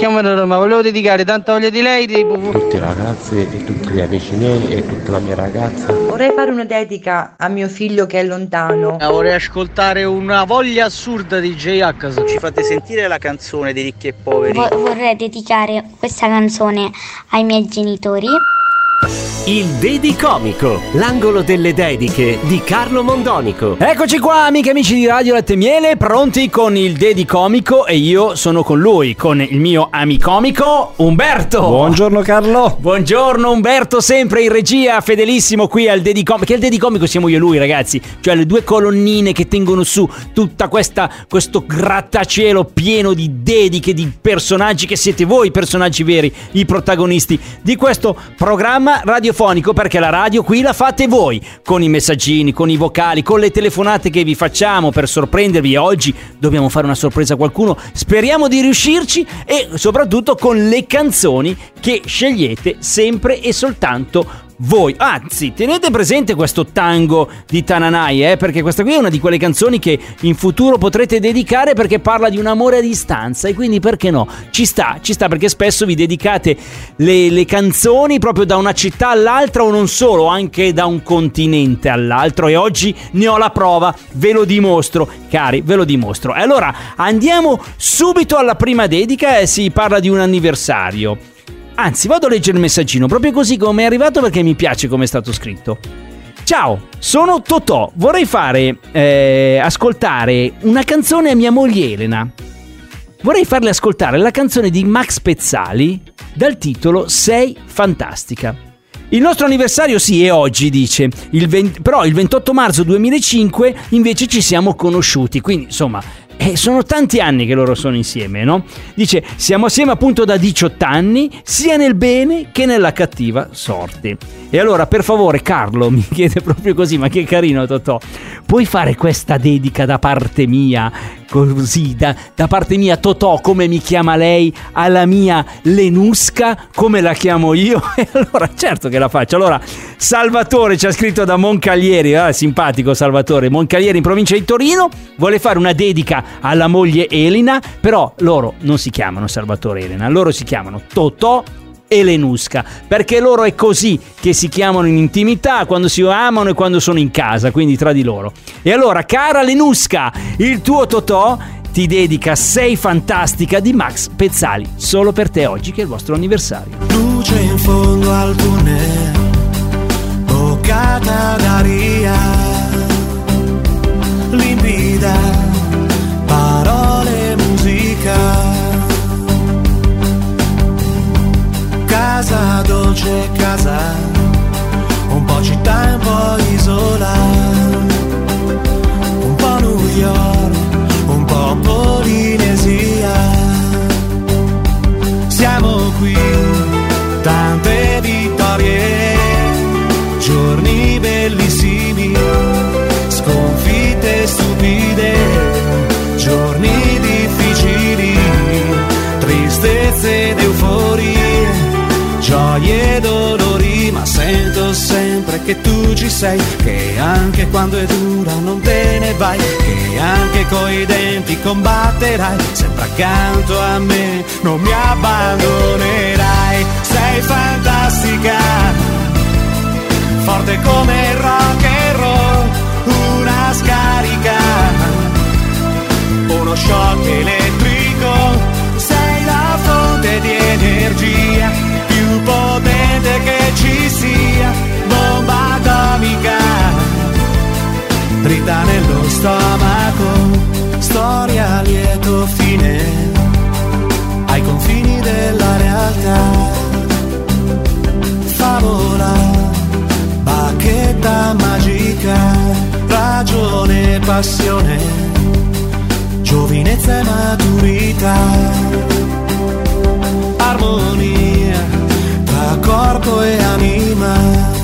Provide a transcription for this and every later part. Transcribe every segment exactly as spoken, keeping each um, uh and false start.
chiamare da Roma, volevo dedicare tanta voglia di lei tipo... tutti i ragazzi e tutti gli amici miei e tutta la mia ragazza. Vorrei fare una dedica a mio figlio che è lontano. Vorrei ascoltare una voglia assurda di J-H. Ci fate sentire la canzone di Ricchi e Poveri? Vo- vorrei dedicare questa canzone ai miei genitori. Il Dedicomico, l'angolo delle dediche di Carlo Mondonico. Eccoci qua, amiche e amici di Radio Latte e Miele, pronti con il Dedicomico e io sono con lui, con il mio amicomico Umberto. Buongiorno Carlo. Buongiorno Umberto, sempre in regia, fedelissimo qui al Dedicomico. Che il Dedicomico siamo io e lui, ragazzi, cioè le due colonnine che tengono su tutta questa questo grattacielo pieno di dediche, di personaggi che siete voi, personaggi veri, i protagonisti di questo programma radiofonico, perché la radio qui la fate voi, con i messaggini, con i vocali, con le telefonate che vi facciamo per sorprendervi, e oggi dobbiamo fare una sorpresa a qualcuno, speriamo di riuscirci, e soprattutto con le canzoni che scegliete sempre e soltanto voi. Anzi, tenete presente questo tango di Tananai, eh, perché questa qui è una di quelle canzoni che in futuro potrete dedicare, perché parla di un amore a distanza, e quindi perché no? Ci sta, ci sta, perché spesso vi dedicate le, le canzoni proprio da una città all'altra, o non solo, anche da un continente all'altro, e oggi ne ho la prova, ve lo dimostro, cari, ve lo dimostro. E allora andiamo subito alla prima dedica, e si parla di un anniversario. Anzi, vado a leggere il messaggino proprio così come è arrivato, perché mi piace come è stato scritto. Ciao, sono Totò, vorrei fare eh, ascoltare una canzone a mia moglie Elena. Vorrei farle ascoltare la canzone di Max Pezzali dal titolo Sei fantastica. Il nostro anniversario sì è oggi, dice, il venti, però il ventotto marzo duemilacinque invece ci siamo conosciuti, quindi insomma eh, sono tanti anni che loro sono insieme, no? Dice, siamo assieme appunto da diciotto anni, sia nel bene che nella cattiva sorte. E allora, per favore, Carlo, mi chiede proprio così, ma che carino Totò, puoi fare questa dedica da parte mia, così, da, da parte mia, Totò, come mi chiama lei, alla mia Lenusca, come la chiamo io? E allora, certo che la faccio. Allora, Salvatore ci ha scritto da Moncalieri, ah, simpatico Salvatore, Moncalieri in provincia di Torino, vuole fare una dedica alla moglie Elena, però loro non si chiamano Salvatore e Elena, loro si chiamano Totò e Lenusca, perché loro è così che si chiamano in intimità, quando si amano e quando sono in casa, quindi tra di loro. E allora, cara Lenusca, il tuo Totò ti dedica Sei fantastica di Max Pezzali, solo per te oggi che è il vostro anniversario. Luce in fondo al tunnel, boccata d'aria, limpida, parole, musica. Casa dolce, casa, un po' città, un po' isola, un po' New York, un po' Polinesia. Siamo qui, tante vittorie, giorni bellissimi, sconfitte stupide, giorni difficili, tristezze ed euforie, gioie e dolori, ma sento sempre che tu ci sei, che anche quando è dura non te ne vai, che anche coi denti combatterai, sempre accanto a me non mi abbandonerai. Sei fantastica, forte come il rock and roll, una scarica, uno shock elettrico, sei la fonte di energia più potente che ci sia, bomba atomica, dritta nello stomaco, storia a lieto fine, ai confini della realtà, favola, bacchetta magica, ragione, passione, giovinezza e maturità, armonia tra corpo e anima.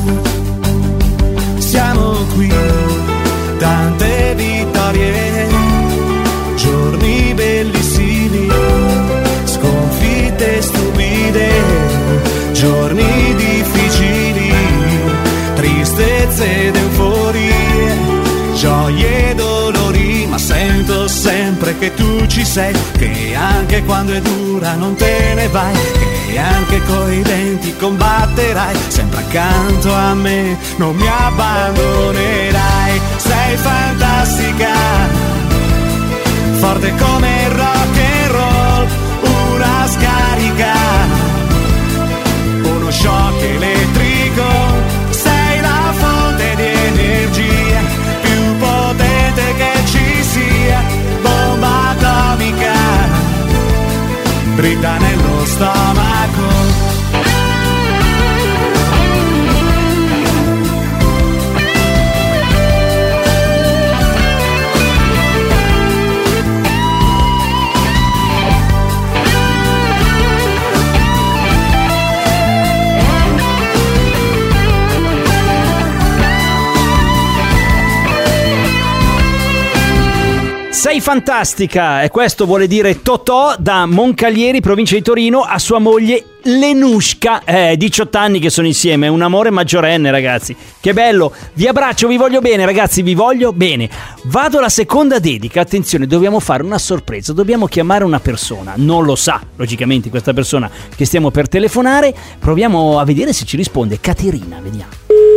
Siamo qui, tante vittorie, giorni bellissimi, sconfitte stupide, giorni difficili, tristezze ed euforie, gioie e dolori, ma sento sempre che tu ci sei, che anche quando è dura non te ne vai, che anche coi denti combatterai, sempre accanto a me non mi abbandonerai. Sei fantastica, forte come il rock and roll, una scarica, uno shock elettrico, sei la fonte di energia più potente che ci sia, bomba atomica, dritta nello stomaco. Sei fantastica, e questo vuole dire Totò da Moncalieri, provincia di Torino, a sua moglie Lenushka, eh, diciotto anni che sono insieme, un amore maggiorenne, ragazzi, che bello, vi abbraccio, vi voglio bene, ragazzi, vi voglio bene. Vado alla seconda dedica, attenzione, dobbiamo fare una sorpresa, dobbiamo chiamare una persona, non lo sa, logicamente, questa persona che stiamo per telefonare, proviamo a vedere se ci risponde. Caterina, vediamo.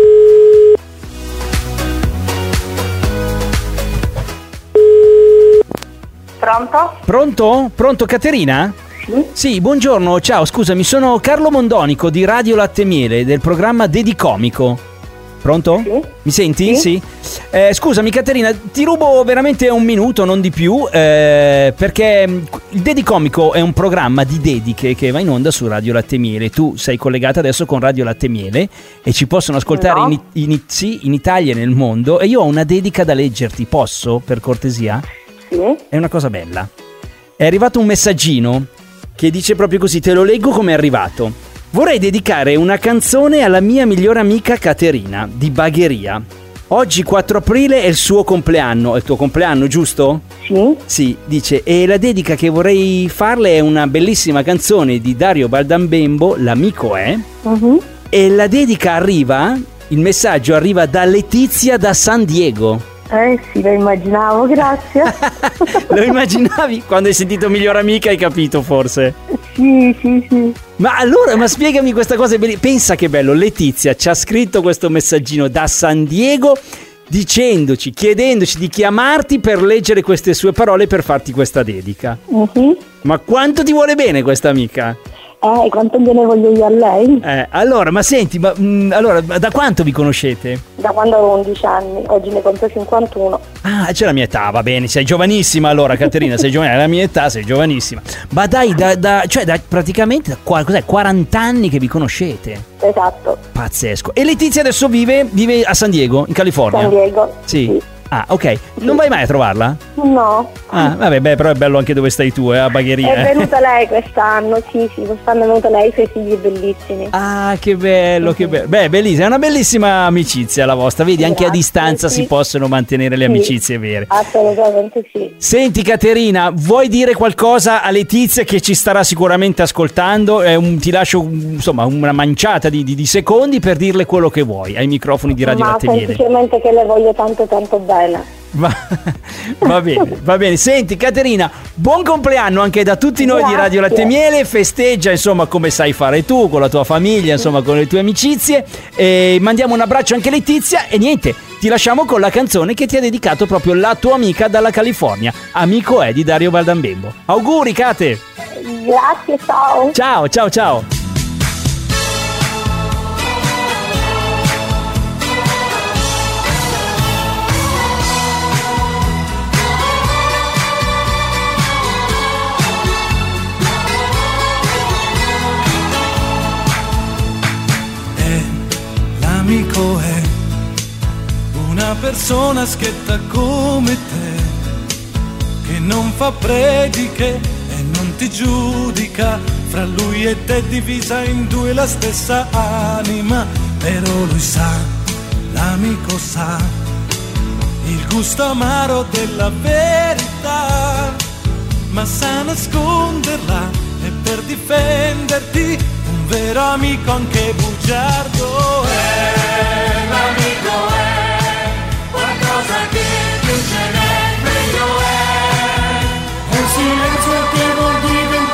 Pronto? Pronto? Pronto, Caterina? Sì. Sì, buongiorno, ciao, scusami, sono Carlo Mondonico di Radio Latte Miele, del programma Dedicomico. Pronto? Sì. Mi senti? Sì. Sì. Eh, scusami Caterina, ti rubo veramente un minuto, non di più, eh, perché il Dedicomico è un programma di dediche che va in onda su Radio Latte Miele. Tu sei collegata adesso con Radio Latte Miele e ci possono ascoltare No. in, in, sì, in Italia e nel mondo, e io ho una dedica da leggerti, posso, per cortesia? Sì. È una cosa bella. È arrivato un messaggino che dice proprio così, te lo leggo come è arrivato. Vorrei dedicare una canzone alla mia migliore amica Caterina di Bagheria. Oggi quattro aprile è il suo compleanno. È il tuo compleanno, giusto? Sì. Sì, dice, e la dedica che vorrei farle è una bellissima canzone di Dario Baldambembo, L'amico è. Uh-huh. E la dedica arriva, il messaggio arriva da Letizia da San Diego. Eh sì, lo immaginavo, grazie. Lo immaginavi? Quando hai sentito miglior amica hai capito forse? Sì, sì, sì. Ma allora, ma spiegami questa cosa, è belli- pensa che bello, Letizia ci ha scritto questo messaggino da San Diego dicendoci, chiedendoci di chiamarti per leggere queste sue parole per farti questa dedica. Uh-huh. Ma quanto ti vuole bene questa amica? Eh, quanto gliene voglio io a lei? Eh, allora, ma senti, ma mh, allora, da quanto vi conoscete? Da quando avevo undici anni, oggi ne conto cinquantuno. Ah, c'è la mia età, va bene, sei giovanissima allora Caterina, sei giovane, alla mia età sei giovanissima. Ma dai, da, da, cioè da praticamente da qua, cos'è, quaranta anni che vi conoscete? Esatto. Pazzesco. E Letizia adesso vive, vive a San Diego, in California? San Diego. Sì. Sì. Ah, ok. Non vai mai a trovarla? No. Ah, vabbè, beh, però è bello anche dove stai tu, eh, a Bagheria. È venuta lei quest'anno, sì, sì, quest'anno è venuta lei, i suoi figli bellissimi. Ah, che bello, che bello. Beh, bellissima, è una bellissima amicizia la vostra. Vedi, anche a Grazie, distanza sì. si possono mantenere le Sì. amicizie vere. Assolutamente sì. Senti Caterina, vuoi dire qualcosa a Letizia che ci starà sicuramente ascoltando? Eh, un, ti lascio insomma una manciata di, di, di secondi per dirle quello che vuoi ai microfoni di Radio Ma Latte Miele. semplicemente che le voglio tanto tanto bene. Va, va bene, va bene. Senti Caterina, buon compleanno anche da tutti noi di Radio Latte Miele. Festeggia insomma come sai fare tu, con la tua famiglia, insomma con le tue amicizie. E mandiamo un abbraccio anche a Letizia. E niente, ti lasciamo con la canzone che ti ha dedicato proprio la tua amica dalla California, Amico è di Dario Baldambembo. Auguri Cate. Grazie, ciao. Ciao, ciao, ciao. L'amico è una persona schietta come te, che non fa prediche e non ti giudica. Fra lui e te divisa in due la stessa anima, però lui sa, l'amico sa, il gusto amaro della verità, ma sa nasconderla e per difenderti un vero amico anche bugiardo è. L'amico è qualcosa che più ce n'è, meglio è. È un silenzio che vuol diventare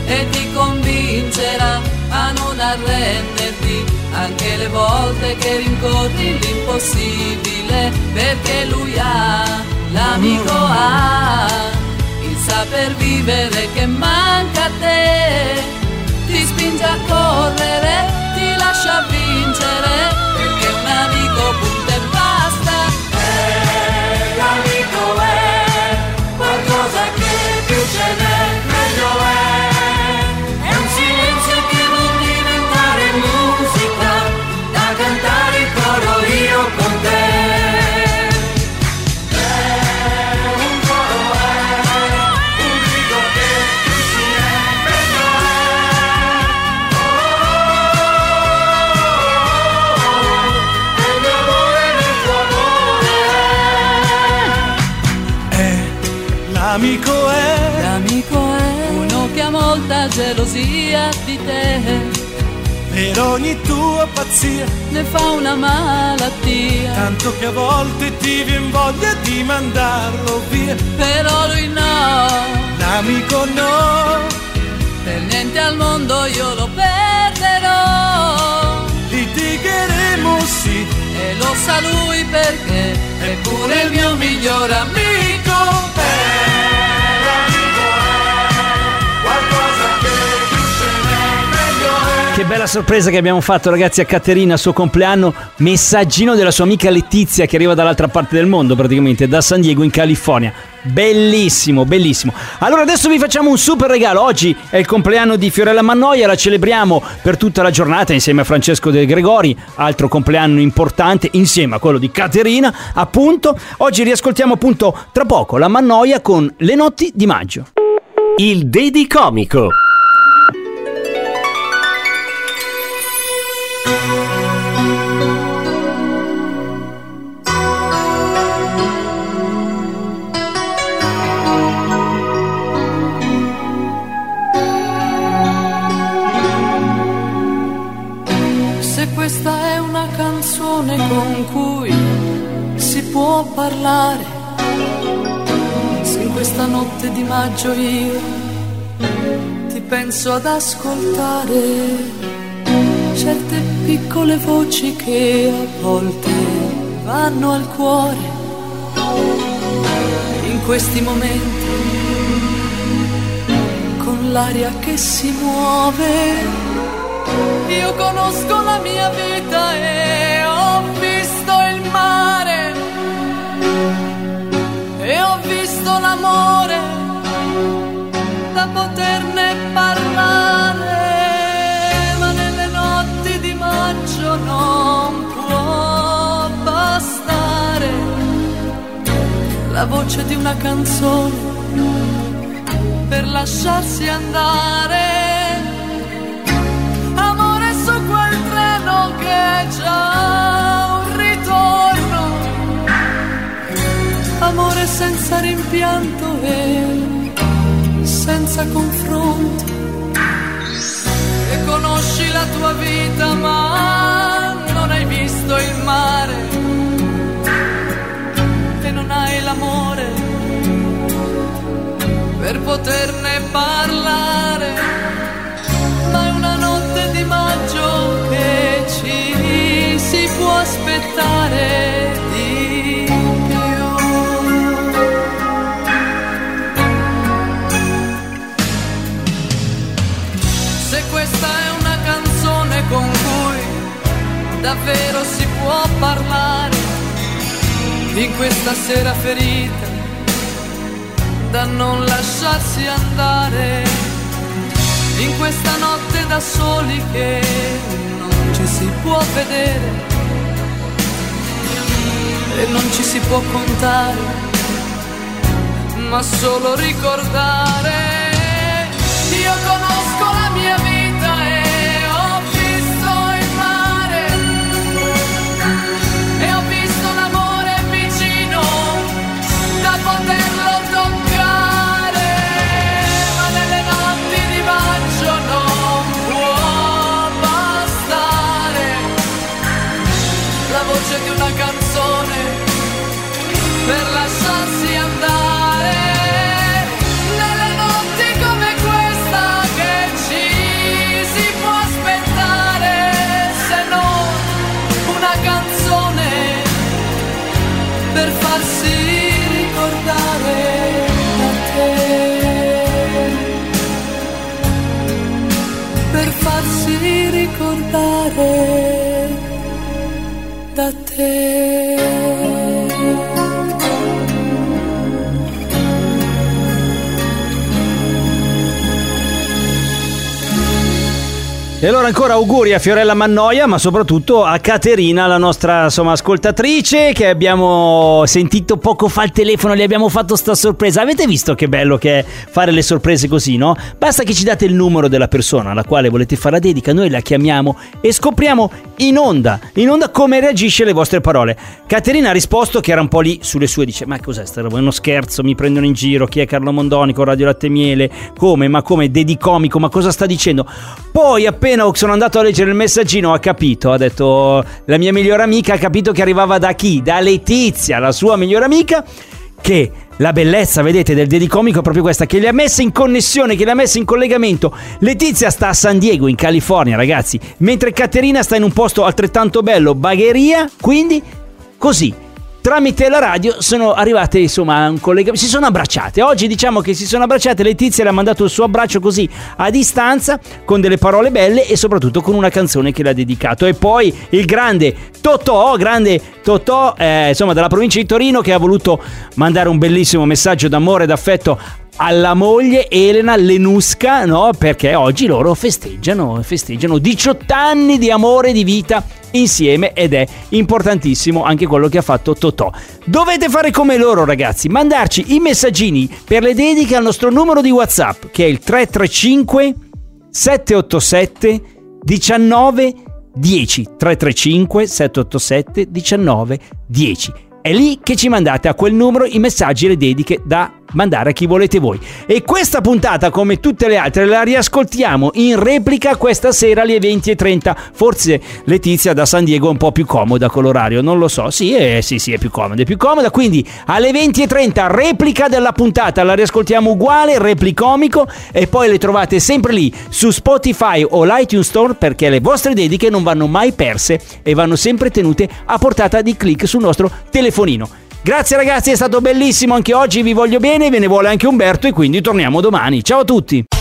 e ti convincerà a non arrenderti anche le volte che rincorri l'impossibile, perché lui ha, l'amico ha, il saper vivere che manca a te, ti spinge a correre, ti lascia vincere, perché un amico punta e basta. Eh, l'amico è qualcosa che più ce n'è, meglio è. È un silenzio che vuol diventare musica, da cantare il coro io con te. L'amico è, l'amico è uno che ha molta gelosia di te, per ogni tua pazzia ne fa una malattia, tanto che a volte ti vien voglia di mandarlo via, però lui no, l'amico no, per niente al mondo io lo perderò. Litigheremo sì, e lo sa lui perché è pure il mio miglior amico. Che bella sorpresa che abbiamo fatto, ragazzi, a Caterina, al suo compleanno. Messaggino della sua amica Letizia, che arriva dall'altra parte del mondo, praticamente da San Diego in California. Bellissimo, bellissimo. Allora adesso vi facciamo un super regalo. Oggi è il compleanno di Fiorella Mannoia, la celebriamo per tutta la giornata insieme a Francesco De Gregori, altro compleanno importante, insieme a quello di Caterina, appunto. Oggi riascoltiamo appunto tra poco la Mannoia con Le notti di maggio. Il Dedicomico. Questa è una canzone con cui si può parlare, se in questa notte di maggio io ti penso ad ascoltare certe piccole voci che a volte vanno al cuore, in questi momenti con l'aria che si muove. Io conosco la mia vita e ho visto il mare e ho visto l'amore da poterne parlare, ma nelle notti di maggio non può bastare la voce di una canzone per lasciarsi andare. Che è già un ritorno, amore senza rimpianto e senza confronto, e conosci la tua vita ma non hai visto il mare e non hai l'amore per poterne parlare, ma è una notte di maggio che ci si può aspettare di più. Se questa è una canzone con cui davvero si può parlare, in questa sera ferita da non lasciarsi andare, in questa notte da soli che non ci si può vedere e non ci si può contare, ma solo ricordare. Io conosco la mia vita e ho visto il mare e ho visto l'amore vicino da poterlo toccare, ma nelle notti di maggio non può bastare la voce di una canzone per lasciarsi andare. Nelle notti come questa per farsi ricordare da te. E allora ancora auguri a Fiorella Mannoia, ma soprattutto a Caterina, la nostra insomma ascoltatrice, che abbiamo sentito poco fa al telefono, le abbiamo fatto sta sorpresa. Avete visto che bello che è fare le sorprese così, no? Basta che ci date il numero della persona alla quale volete fare la dedica, noi la chiamiamo e scopriamo in onda, in onda come reagisce alle vostre parole. Caterina ha risposto che era un po' lì sulle sue, dice: ma cos'è sta roba? È uno scherzo, mi prendono in giro, chi è Carlo Mondoni con Radio Latte e Miele? Come? Ma come? Dedicomico? Ma cosa sta dicendo? Poi appena sono andato a leggere il messaggino, ha capito, ha detto, la mia migliore amica ha capito che arrivava da chi? Da Letizia, la sua migliore amica, che la bellezza, vedete, del Dedicomico è proprio questa, che li ha messe in connessione, che li ha messe in collegamento. Letizia sta a San Diego, in California, ragazzi, mentre Caterina sta in un posto altrettanto bello, Bagheria, quindi così. Tramite la radio sono arrivate insomma a un collegamento, si sono abbracciate. Oggi diciamo che si sono abbracciate, Letizia le ha mandato il suo abbraccio così a distanza, con delle parole belle e soprattutto con una canzone che le ha dedicato. E poi il grande Totò, grande Totò eh, insomma dalla provincia di Torino, che ha voluto mandare un bellissimo messaggio d'amore e d'affetto alla moglie Elena Lenusca, no? Perché oggi loro festeggiano, festeggiano diciotto anni di amore e di vita insieme, ed è importantissimo anche quello che ha fatto Totò. Dovete fare come loro, ragazzi, mandarci i messaggini per le dediche al nostro numero di WhatsApp, che è il tre tre cinque sette otto sette uno nove uno zero tre tre cinque sette otto sette uno nove uno zero. È lì che ci mandate a quel numero i messaggi e le dediche da mandare a chi volete voi. E questa puntata, come tutte le altre, la riascoltiamo in replica questa sera alle venti e trenta. Forse Letizia da San Diego è un po' più comoda con l'orario, non lo so. Sì, eh, sì, sì, è più comoda, è più comoda. Quindi alle venti e trenta replica della puntata, la riascoltiamo uguale, Replicomico, e poi le trovate sempre lì su Spotify o l'iTunes Store, perché le vostre dediche non vanno mai perse e vanno sempre tenute a portata di click sul nostro telefonino. Grazie ragazzi, è stato bellissimo anche oggi, vi voglio bene, ve ne vuole anche Umberto e quindi torniamo domani. Ciao a tutti!